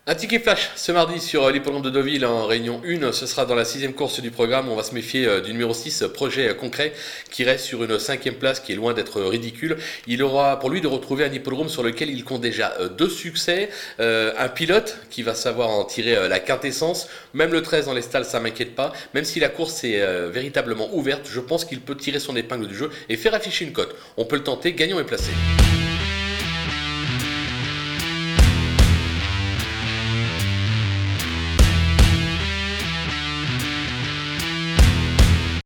Un ticket flash ce mardi sur l'hippodrome de Deauville en réunion 1. Ce sera dans la sixième course du programme. On va se méfier du numéro 6, Projet Concret, qui reste sur une cinquième place qui est loin d'être ridicule. Il aura pour lui de retrouver un hippodrome sur lequel il compte déjà deux succès. Un pilote qui va savoir en tirer la quintessence. Même le 13 dans les stalles, ça m'inquiète pas. Même si la course est véritablement ouverte, je pense qu'il peut tirer son épingle du jeu et faire afficher une cote. On peut le tenter, gagnant et placé.